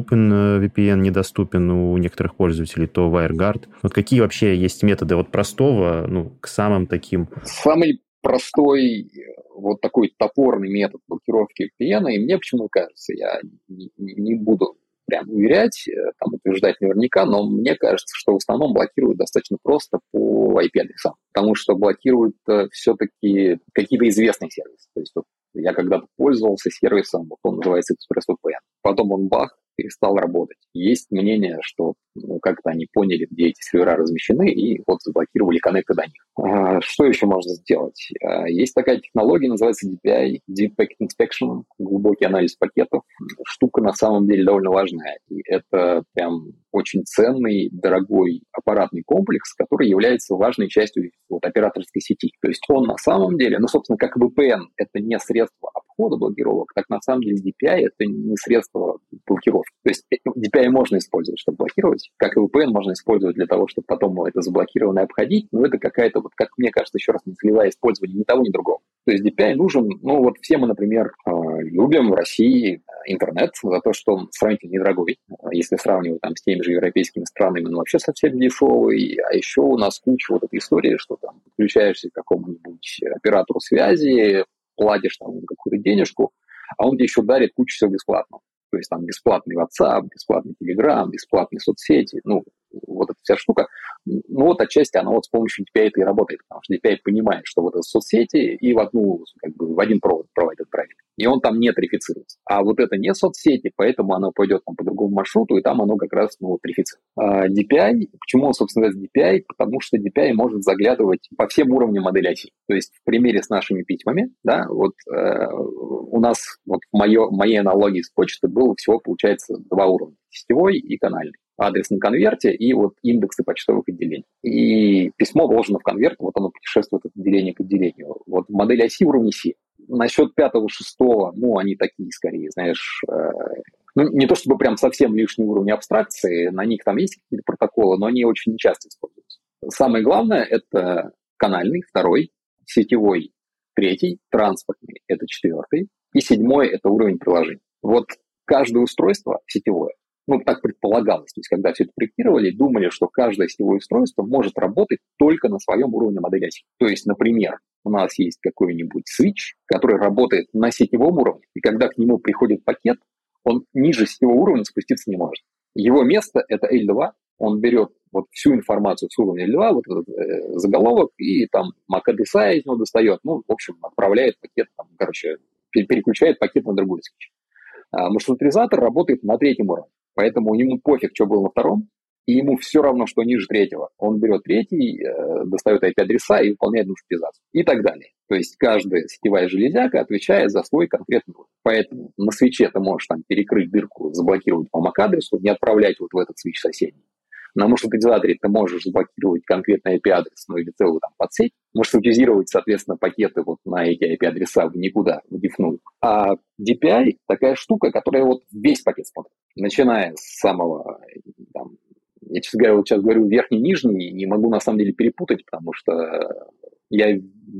OpenVPN недоступен у некоторых пользователей, то WireGuard. Вот какие вообще есть методы от простого, ну, к самым таким? Самый простой, вот такой топорный метод блокировки ви пи эн, и мне почему-то кажется, я не, не буду прям уверять, там, утверждать наверняка, но мне кажется, что в основном блокируют достаточно просто по ай пи-адресам, потому что блокируют все-таки какие-то известные сервисы. То есть вот я когда-то пользовался сервисом, вот он называется ExpressVPN, потом он бах, перестал работать. Есть мнение, что ну, как-то они поняли, где эти сервера размещены, и вот заблокировали коннекты до них. А, что еще можно сделать? А, есть такая технология, называется ди пи ай, Deep Packet Inspection, глубокий анализ пакетов. Штука на самом деле довольно важная, и это прям очень ценный, дорогой аппаратный комплекс, который является важной частью вот, операторской сети. То есть он на самом деле, ну, собственно, как ви пи эн, это не средство обхода блокировок, так на самом деле ди пи ай это не средство блокировки. То есть ди пи ай можно использовать, чтобы блокировать, как и ви пи эн можно использовать для того, чтобы потом это заблокированное обходить, но это какая-то, вот, как мне кажется, еще раз нецелевое использование ни того, ни другого. То есть ди пи ай нужен, ну вот все мы, например, любим в России интернет за то, что он сравнительно недорогой. Если сравнивать там с теми же европейскими странами, он вообще совсем дешевый. А еще у нас куча вот этой истории, что там подключаешься к какому-нибудь оператору связи, платишь там какую-то денежку, а он тебе еще дарит кучу всего бесплатно. То есть там бесплатный WhatsApp, бесплатный Telegram, бесплатные соцсети, ну, вот эта вся штука. Ну, вот отчасти она вот с помощью ди пи ай-то и работает, потому что ди пи ай понимает, что вот это соцсети и в одну, как бы, в один провод проводит правильно. И он там не тарифицируется. А вот это не соцсети, поэтому оно пойдет там по другому маршруту, и там оно как раз, ну, тарифицирует. А ди пи ай, почему он, собственно, называется ди пи ай? Потому что ди пи ай может заглядывать по всем уровням модели оси. То есть в примере с нашими письмами, да, вот э, у нас вот в, моё, в моей аналогии с почтой было всего, получается, два уровня. Сетевой и канальный. Адрес на конверте и вот индексы почтовых отделений. И письмо вложено в конверт, вот оно путешествует от отделения к отделению. Вот в модели оси уровень оси. Насчет пятого, шестого, ну, они такие, скорее, знаешь, э, ну, не то чтобы прям совсем лишние уровни абстракции, на них там есть какие-то протоколы, но они очень нечасто используются. Самое главное – это канальный, второй, сетевой, третий, транспортный – это четвертый, и седьмой – это уровень приложений. Вот каждое устройство сетевое, ну, так предполагалось, то есть когда все это проектировали, думали, что каждое сетевое устройство может работать только на своем уровне модели оси. То есть, например, у нас есть какой-нибудь switch, который работает на сетевом уровне, и когда к нему приходит пакет, он ниже сетевого уровня спуститься не может. Его место – это эл два, он берет вот всю информацию с уровня эл два, вот этот э, заголовок, и там MAC-адреса из него достает, ну, в общем, отправляет пакет, там, короче, переключает пакет на другой switch. А маршрутизатор работает на третьем уровне, поэтому ему пофиг, что было на втором, и ему все равно, что ниже третьего. Он берет третий, э, достает ай пи-адреса и выполняет маршрутизацию. И так далее. То есть каждая сетевая железяка отвечает за свой конкретный уровень. Поэтому на свитче ты можешь там перекрыть дырку, заблокировать по MAC-адресу, не отправлять вот в этот свитч соседний. На маршрутизаторе ты можешь заблокировать конкретный ай пи-адрес, ну или целую там подсеть. Маршрутизировать, соответственно, пакеты вот на эти ай пи-адреса в никуда, в дифнул. А ди пи ай такая штука, которая вот весь пакет смотрит. Начиная с самого там, я, честно говоря, вот сейчас говорю верхний, нижний, не могу на самом деле перепутать, потому что я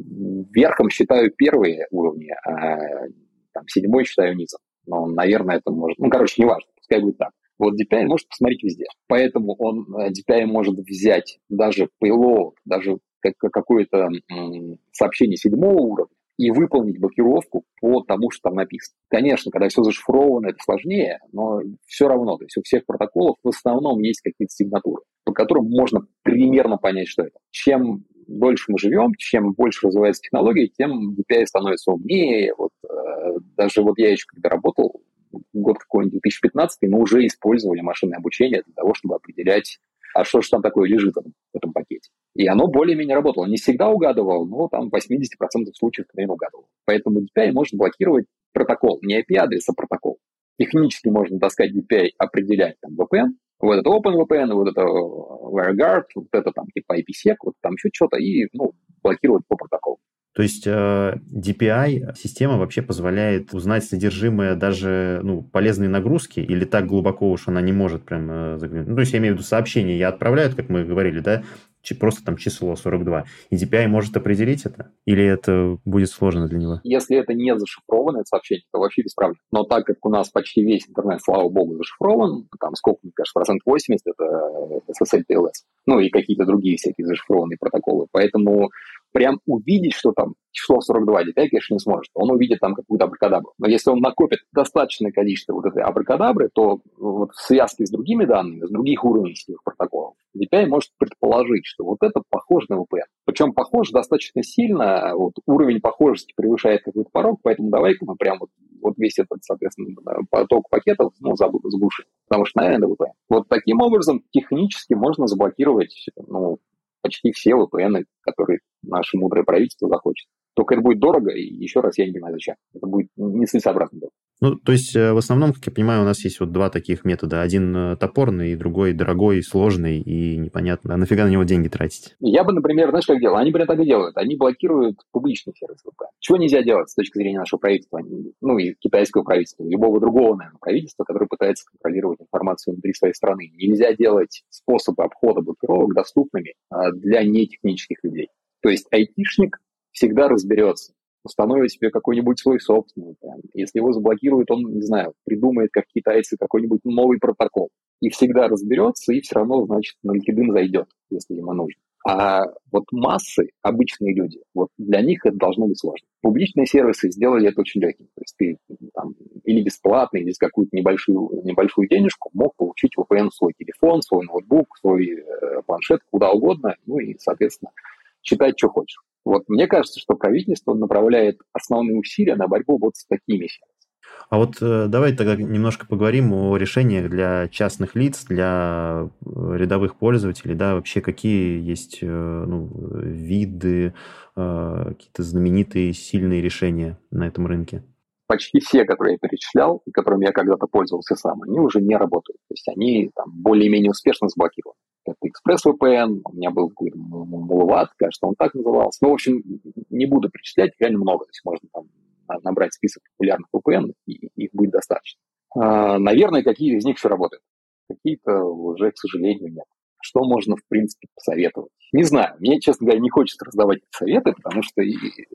верхом считаю первые уровни, а там, седьмой считаю низом. Но, наверное, это может... Ну, короче, неважно, пускай будет так. Вот ди пи ай может посмотреть везде. Поэтому он, ди пи ай может взять даже payload, даже какое-то сообщение седьмого уровня и выполнить блокировку по тому, что там написано. Конечно, когда все зашифровано, это сложнее, но все равно, то есть у всех протоколов в основном есть какие-то сигнатуры, по которым можно примерно понять, что это. Чем дольше мы живем, чем больше развивается технология, тем ди пи ай становится умнее. Вот, э, даже вот я еще когда работал, год какой-нибудь две тысячи пятнадцатый, мы уже использовали машинное обучение для того, чтобы определять, а что же там такое лежит в этом пакете. И оно более-менее работало. Не всегда угадывал, но там в восемьдесят процентов случаев, наверное, угадывал. Поэтому ди пи ай может блокировать протокол, не ай пи-адрес, а протокол. Технически можно таскать ди пи ай, определять там ви пи эн, вот это OpenVPN, вот это WireGuard, вот это там типа ай пи-сек, вот там еще что-то, и ну, блокировать по протоколу. То есть э, ди пи ай-система вообще позволяет узнать содержимое даже ну, полезной нагрузки, или так глубоко уж она не может прям э, заглянуть? Ну, то есть я имею в виду сообщение, я отправляю, как мы говорили, да, просто там число сорок два, и ди пи ай может определить это? Или это будет сложно для него? Если это не зашифрованное сообщение, то вообще без проблем. Но так как у нас почти весь интернет, слава богу, зашифрован, там сколько, мне кажется, процентов восемьдесят это эс эс эль, ти эл эс, ну и какие-то другие всякие зашифрованные протоколы, поэтому прям увидеть, что там число сорок два ди пи ай, конечно, не сможет. Он увидит там какую-то абракадабру. Но если он накопит достаточное количество вот этой абракадабры, то вот в связке с другими данными, с других уровней сетевых протоколов, ди пи ай может предположить, что вот это похоже на ви пи эн. Причем похоже достаточно сильно, вот уровень похожести превышает какой-то порог, поэтому давай-ка мы прям вот, вот весь этот, соответственно, поток пакетов ну, заглушим, потому что, наверное, это ви пи эн. Вот таким образом технически можно заблокировать ну, почти все ви пи эн, которые наше мудрое правительство захочет. Только это будет дорого, и еще раз я не понимаю, зачем. Это будет нецелесообразно. Ну, то есть, в основном, как я понимаю, у нас есть вот два таких метода. Один топорный, другой дорогой, сложный и непонятно. А нафига на него деньги тратить? Я бы, например, знаешь, как делал? Они прям так и делают. Они блокируют публичный сервис ви пи эн. Чего нельзя делать с точки зрения нашего правительства? Ну, и китайского правительства, любого другого, наверное, правительства, которое пытается контролировать информацию внутри своей страны. Нельзя делать способы обхода блокировок доступными для нетехнических людей. То есть айтишник всегда разберется, установит себе какой-нибудь свой собственный. Прям. Если его заблокируют, он, не знаю, придумает, как китайцы, какой-нибудь новый протокол. И всегда разберется, и все равно, значит, на LinkedIn зайдет, если ему нужно. А вот массы, обычные люди, вот для них это должно быть сложно. Публичные сервисы сделали это очень легким. То есть ты там, или бесплатно, или за какую-то небольшую, небольшую денежку мог получить ви пи эн в свой телефон, свой ноутбук, свой э, планшет, куда угодно, ну и, соответственно, читать, что хочешь. Вот мне кажется, что правительство направляет основные усилия на борьбу вот с такими сервисами. А вот э, давай тогда немножко поговорим о решениях для частных лиц, для рядовых пользователей, да, вообще какие есть э, ну, виды, э, какие-то знаменитые сильные решения на этом рынке? Почти все, которые я перечислял, и которыми я когда-то пользовался сам, они уже не работают. То есть они там более-менее успешно заблокированы. Это ExpressVPN, у меня был какой-то Мулват, кажется, он так назывался. Ну, в общем, не буду перечислять, реально много. То есть можно там набрать список популярных ви пи эн, и их будет достаточно. А, наверное, какие из них еще работают. Какие-то уже, к сожалению, нет. Что можно, в принципе, посоветовать? Не знаю. Мне, честно говоря, не хочется раздавать советы, потому что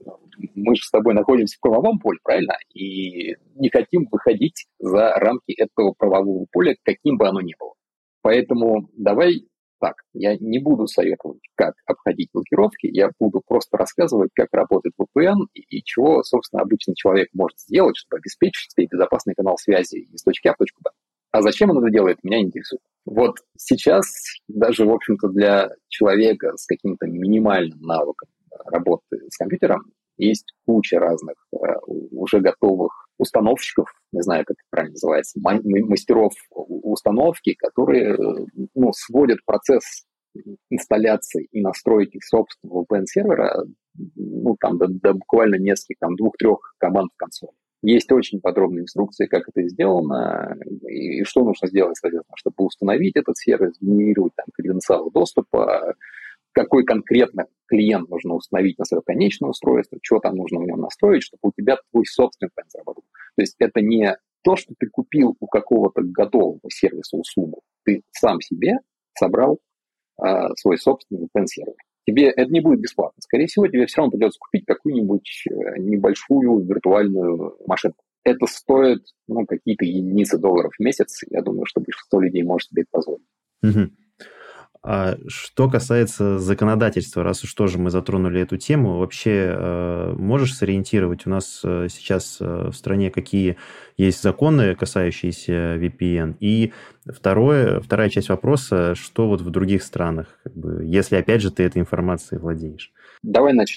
мы же с тобой находимся в правовом поле, правильно? И не хотим выходить за рамки этого правового поля, каким бы оно ни было. Поэтому давай так, я не буду советовать, как обходить блокировки, я буду просто рассказывать, как работает ви пи эн и, и чего, собственно, обычный человек может сделать, чтобы обеспечить себе безопасный канал связи из точки А в точку Б. А зачем он это делает, меня интересует. Вот сейчас даже, в общем-то, для человека с каким-то минимальным навыком работы с компьютером есть куча разных э, уже готовых установщиков, не знаю, как это правильно называется, мастеров установки, которые ну, сводят процесс инсталляции и настройки собственного ви пи эн-сервера ну, там, до, до буквально нескольких, там, двух-трех команд в консоли. Есть очень подробные инструкции, как это сделано, и что нужно сделать, соответственно, чтобы установить этот сервис, генерировать там креденциалы доступа, какой конкретно клиент нужно установить на свое конечное устройство, что там нужно в нем настроить, чтобы у тебя твой собственный план заработал. То есть это не то, что ты купил у какого-то готового сервиса услугу. Ты сам себе собрал а, свой собственный ви пи эн-сервер. Тебе это не будет бесплатно. Скорее всего, тебе все равно придется купить какую-нибудь небольшую виртуальную машинку. Это стоит ну, какие-то единицы долларов в месяц. Я думаю, что большинство людей может себе это позволить. Угу. А что касается законодательства, раз уж тоже мы затронули эту тему, вообще э, можешь сориентировать у нас э, сейчас э, в стране, какие есть законы, касающиеся ви пи эн? И второе, вторая часть вопроса, что вот в других странах, как бы, если, опять же, ты этой информацией владеешь? Давай начнем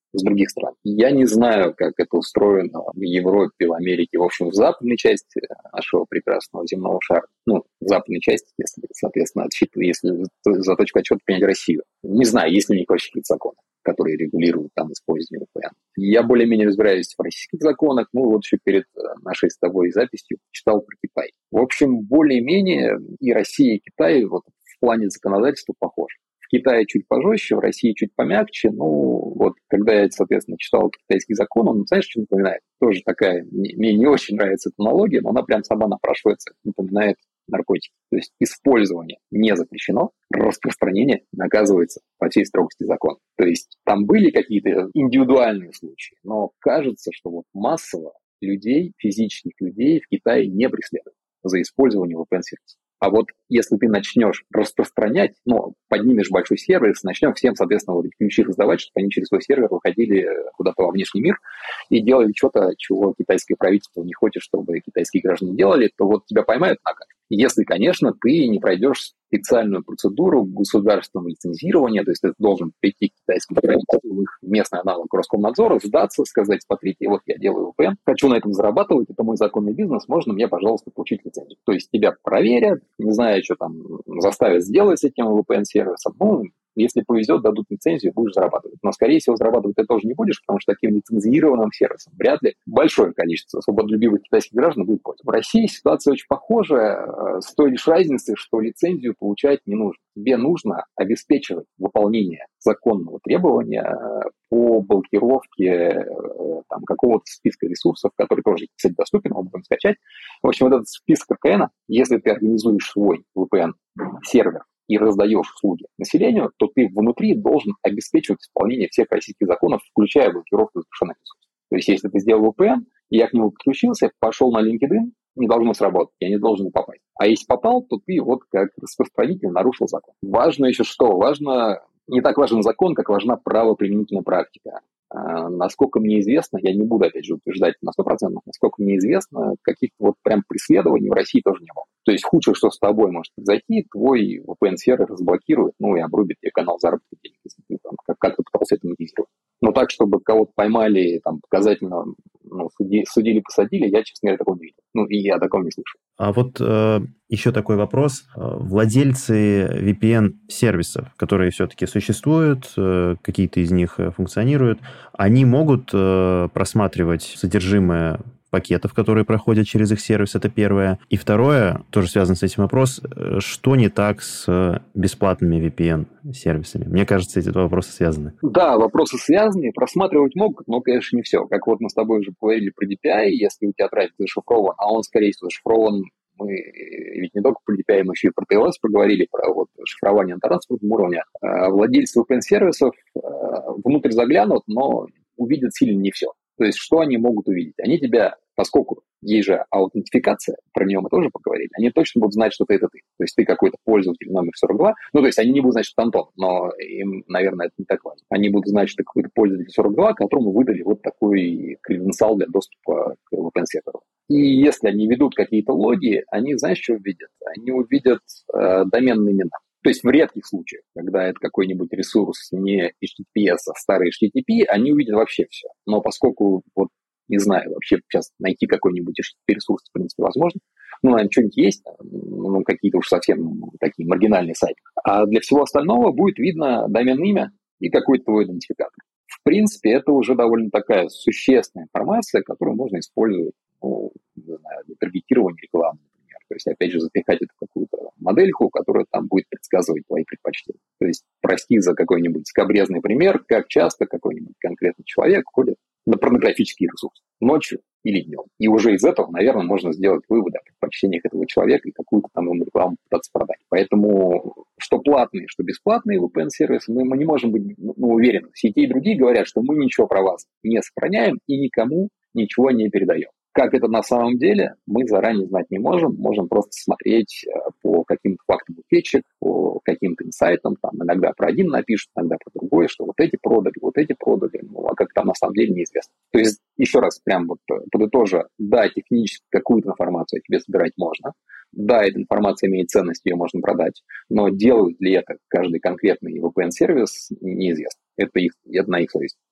с других стран. Я не знаю, как это устроено в Европе, в Америке, в общем, в западной части нашего прекрасного земного шара. Ну, в западной части, если, соответственно, отсчитывать, если за точку отсчета принять Россию. Не знаю, есть ли у них вообще какие-то законы, которые регулируют там использование ви пи эн. Я более-менее разбираюсь в российских законах, ну вот еще перед нашей с тобой записью читал про Китай. В общем, более-менее и Россия, и Китай вот в плане законодательства похожи. В Китае чуть пожестче, в России чуть помягче. Ну, вот когда я, соответственно, читал китайский закон, он, знаешь, что напоминает? Тоже такая, мне не очень нравится эта аналогия, но она прям сама напрашивается, напоминает наркотики. То есть использование не запрещено, распространение наказывается по всей строгости закона. То есть там были какие-то индивидуальные случаи, но кажется, что вот массово людей, физических людей в Китае не преследуют за использование ви пи эн-сервисов. А вот если ты начнешь распространять, ну, поднимешь большой сервис, начнем всем, соответственно, вот эти ключи раздавать, чтобы они через свой сервер выходили куда-то во внешний мир и делали что-то, чего китайское правительство не хочет, чтобы китайские граждане делали, то вот тебя поймают на накажут. Если, конечно, ты не пройдешь специальную процедуру государственного лицензирования, то есть ты должен прийти к китайскому правительству, в их местный аналог Роскомнадзора, сдаться, сказать: смотрите, вот я делаю ви пи эн, хочу на этом зарабатывать, это мой законный бизнес, можно мне, пожалуйста, получить лицензию. То есть тебя проверят, не знаю, что там заставят сделать с этим ви пи эн-сервисом, ну, если повезет, дадут лицензию, будешь зарабатывать. Но, скорее всего, зарабатывать ты тоже не будешь, потому что таким лицензированным сервисом вряд ли большое количество свободолюбивых китайских граждан будет пользоваться. В России ситуация очень похожая, с той лишь разницей, что лицензию получать не нужно. Тебе нужно обеспечивать выполнение законного требования по блокировке там, какого-то списка ресурсов, который тоже, кстати, доступен, мы будем скачать. В общем, вот этот список эр ка эн, если ты организуешь свой ви пи эн-сервер, и раздаешь услуги населению, то ты внутри должен обеспечивать исполнение всех российских законов, включая блокировку запрещенных ресурсов. То есть, если ты сделал ви пи эн, и я к нему подключился, пошел на LinkedIn, не должно сработать, я не должен попасть. А если попал, то ты вот как распространитель нарушил закон. Важно еще что? Важно, не так важен закон, как важна правоприменительная практика. А, насколько мне известно, я не буду, опять же, утверждать на сто процентов, насколько мне известно, каких-то вот прям преследований в России тоже не было. То есть худшее, что с тобой может произойти, твой ви пи эн-сервер разблокирует, ну и обрубит тебе канал заработка денег, если ты там как-то пытался это монетизировать. Но так, чтобы кого-то поймали, там, показательно ну, суди, судили, посадили, я, честно говоря, такого не видел. Ну, и я такого не слышал. А вот э, еще такой вопрос. Владельцы ви пи эн-сервисов, которые все-таки существуют, э, какие-то из них функционируют, они могут э, просматривать содержимое пакетов, которые проходят через их сервис, это первое. И второе, тоже связан с этим вопрос, что не так с бесплатными ви пи эн-сервисами? Мне кажется, эти два вопроса связаны. Да, вопросы связаны, просматривать могут, но, конечно, не все. Как вот мы с тобой уже говорили про ди пи ай, если у тебя трафик зашифрован, а он, скорее всего, зашифрован, мы ведь не только про ди пи ай, мы еще и про ти эл эс поговорили, про вот шифрование на транспортном уровне. Владельцы ви пи эн-сервисов внутрь заглянут, но увидят сильно не все. То есть, что они могут увидеть? Они тебя, поскольку есть же аутентификация, про нее мы тоже поговорили, они точно будут знать, что ты это ты. То есть, ты какой-то пользователь номер сорок два. Ну, то есть, они не будут знать, что это Антон, но им, наверное, это не так важно. Они будут знать, что ты какой-то пользователь сорок два, которому выдали вот такой креденциал для доступа к ви пи эн-серверу. И если они ведут какие-то логи, они, знаешь, что увидят? Они увидят э, доменные имена. То есть в редких случаях, когда это какой-нибудь ресурс не эйч ти ти пи эс, а старый эйч ти ти пи, они увидят вообще все. Но поскольку, вот, не знаю, вообще сейчас найти какой-нибудь эйч ти ти пи-ресурс, в принципе, возможно, ну, наверное, что-нибудь есть, ну, какие-то уж совсем такие маргинальные сайты. А для всего остального будет видно доменное имя и какой-то твой идентификатор. В принципе, это уже довольно такая существенная информация, которую можно использовать, ну, не знаю, для таргетирования рекламы. То есть, опять же, запихать это в какую-то модельку, которая там будет предсказывать твои предпочтения. То есть, прости за какой-нибудь скабрезный пример, как часто какой-нибудь конкретный человек ходит на порнографический ресурс ночью или днем. И уже из этого, наверное, можно сделать выводы о предпочтениях этого человека и какую-то там ему рекламу пытаться продать. Поэтому, что платные, что бесплатные ви пи эн-сервисы, мы, мы не можем быть ну, уверены. Все те и другие говорят, что мы ничего про вас не сохраняем и никому ничего не передаем. Как это на самом деле, мы заранее знать не можем. Можем просто смотреть по каким-то фактам утечек, по каким-то инсайтам. Там иногда про один напишут, иногда про другой, что вот эти продали, вот эти продали. Ну, а как там на самом деле неизвестно. То есть, еще раз, прям вот подытожа, да, технически какую-то информацию о тебе собирать можно. Да, эта информация имеет ценность, ее можно продать. Но делают ли это каждый конкретный ви пи эн-сервис, неизвестно. Это, их, это на их совесть.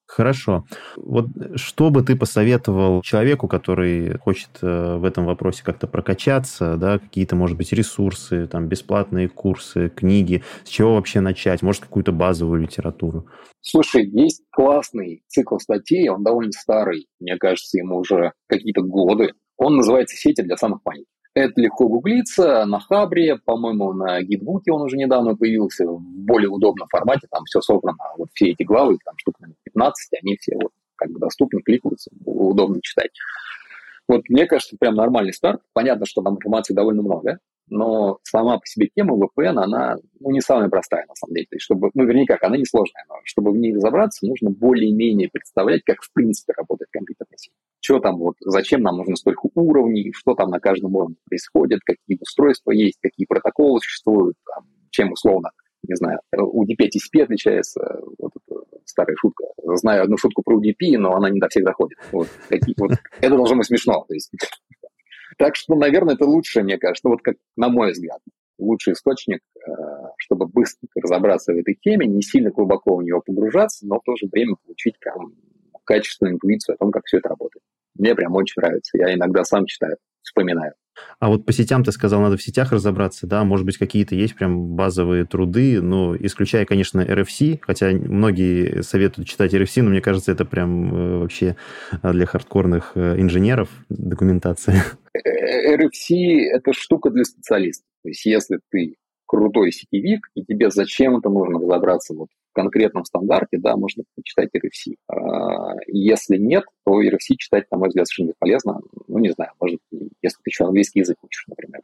Хорошо. Вот что бы ты посоветовал человеку, который хочет в этом вопросе как-то прокачаться, да, какие-то, может быть, ресурсы, там, бесплатные курсы, книги, с чего вообще начать, может, какую-то базовую литературу? Слушай, есть классный цикл статей, он довольно старый, мне кажется, ему уже какие-то годы. Он называется «Сети для самых маленьких». Это легко гуглиться на Хабре, по-моему, на Гитбуке он уже недавно появился в более удобном формате, там все собрано, вот все эти главы, там штук пятнадцать, они все вот как бы доступны, кликаются, удобно читать. Вот мне кажется, прям нормальный старт. Понятно, что там информации довольно много, но сама по себе тема ви пи эн, она ну, не самая простая, на самом деле. То есть, чтобы, ну, вернее как, она не сложная, но чтобы в ней разобраться, нужно более-менее представлять, как в принципе работает компьютерная сеть. Что там, вот, зачем нам нужно столько уровней, что там на каждом уровне происходит, какие устройства есть, какие протоколы существуют, там, чем условно, не знаю, ю ди пи от ти си пи отличается, вот это старая шутка. Знаю одну шутку про ю ди пи, но она не до всех доходит. Вот, такие, вот, это должно быть смешно. То есть. Так что, наверное, это лучше, мне кажется, вот как на мой взгляд, лучший источник, чтобы быстро разобраться в этой теме, не сильно глубоко в нее погружаться, но в то же время получить прям качественную интуицию о том, как все это работает. Мне прям очень нравится. Я иногда сам читаю, вспоминаю. А вот по сетям ты сказал, надо в сетях разобраться, да, может быть, какие-то есть прям базовые труды, но исключая, конечно, эр эф си, хотя многие советуют читать эр эф си, но мне кажется, это прям вообще для хардкорных инженеров документация. эр эф си – это штука для специалистов. То есть если ты крутой сетевик, и тебе зачем-то нужно разобраться вот в конкретном стандарте, да, можно почитать эр эф си. Если нет, то эр эф си читать, на мой взгляд, совершенно бесполезно. Ну, не знаю, может, если ты еще английский язык учишь, например,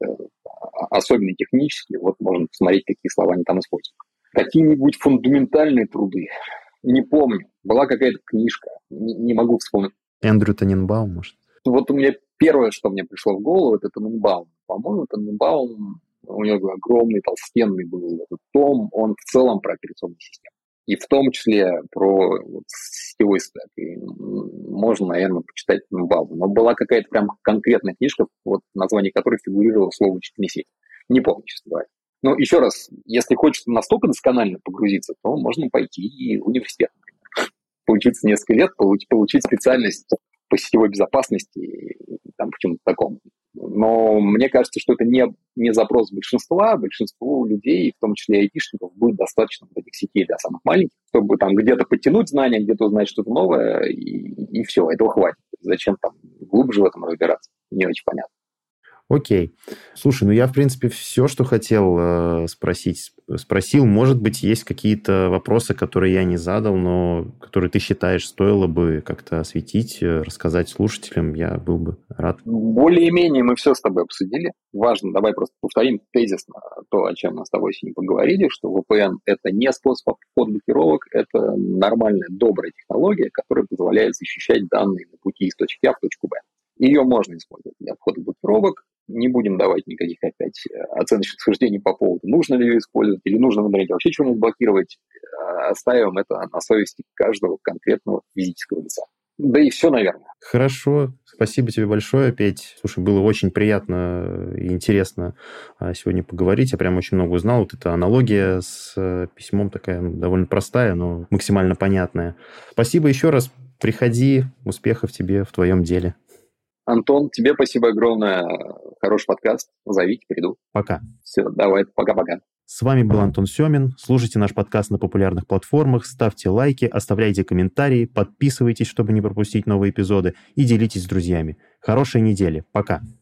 особенно технический, вот можно посмотреть, какие слова они там используют. Какие-нибудь фундаментальные труды, не помню. Была какая-то книжка, не, не могу вспомнить. Эндрю Таненбаум, может? Вот у меня первое, что мне пришло в голову, это Таненбаум. По-моему, Таненбаум, у него огромный, толстенный был этот том, он в целом про операционную систему. И в том числе про вот, сетевой стек. И можно, наверное, почитать Таненбаума. Но была какая-то прям конкретная книжка, вот название которой фигурировало слово «учительная сеть». Не помню, честно говоря. Но еще раз, если хочется настолько досконально погрузиться, то можно пойти и в университет, например. Поучиться несколько лет, получить, получить специальность по сетевой безопасности и там, почему-то такому. Но мне кажется, что это не, не запрос большинства. Большинству людей, в том числе айтишников, будет достаточно этих сетей для самых маленьких, чтобы там где-то подтянуть знания, где-то узнать что-то новое, и, и все, этого хватит. Зачем там глубже в этом разбираться? Не очень понятно. Окей. Слушай, ну я, в принципе, все, что хотел э, спросить, спросил. Может быть, есть какие-то вопросы, которые я не задал, но которые ты считаешь, стоило бы как-то осветить, рассказать слушателям. Я был бы рад. Более-менее мы все с тобой обсудили. Важно, давай просто повторим тезисно то, о чем мы с тобой сегодня поговорили, что ви пи эн – это не способ обхода блокировок, это нормальная, добрая технология, которая позволяет защищать данные на пути из точки А в точку Б. Ее можно использовать для обхода блокировок. Не будем давать никаких опять оценочных суждений по поводу, нужно ли ее использовать или нужно, например, вообще чего-нибудь блокировать. Оставим это на совести каждого конкретного физического лица. Да и все, наверное. Хорошо. Спасибо тебе большое, Петь. Слушай, было очень приятно и интересно сегодня поговорить. Я прям очень много узнал. Вот эта аналогия с письмом такая ну, довольно простая, но максимально понятная. Спасибо еще раз. Приходи. Успехов тебе в твоем деле. Антон, тебе спасибо огромное. Хороший подкаст. Зовите, приду. Пока. Все, давай, пока-пока. С вами был Антон Семин. Слушайте наш подкаст на популярных платформах, ставьте лайки, оставляйте комментарии, подписывайтесь, чтобы не пропустить новые эпизоды, и делитесь с друзьями. Хорошей недели. Пока.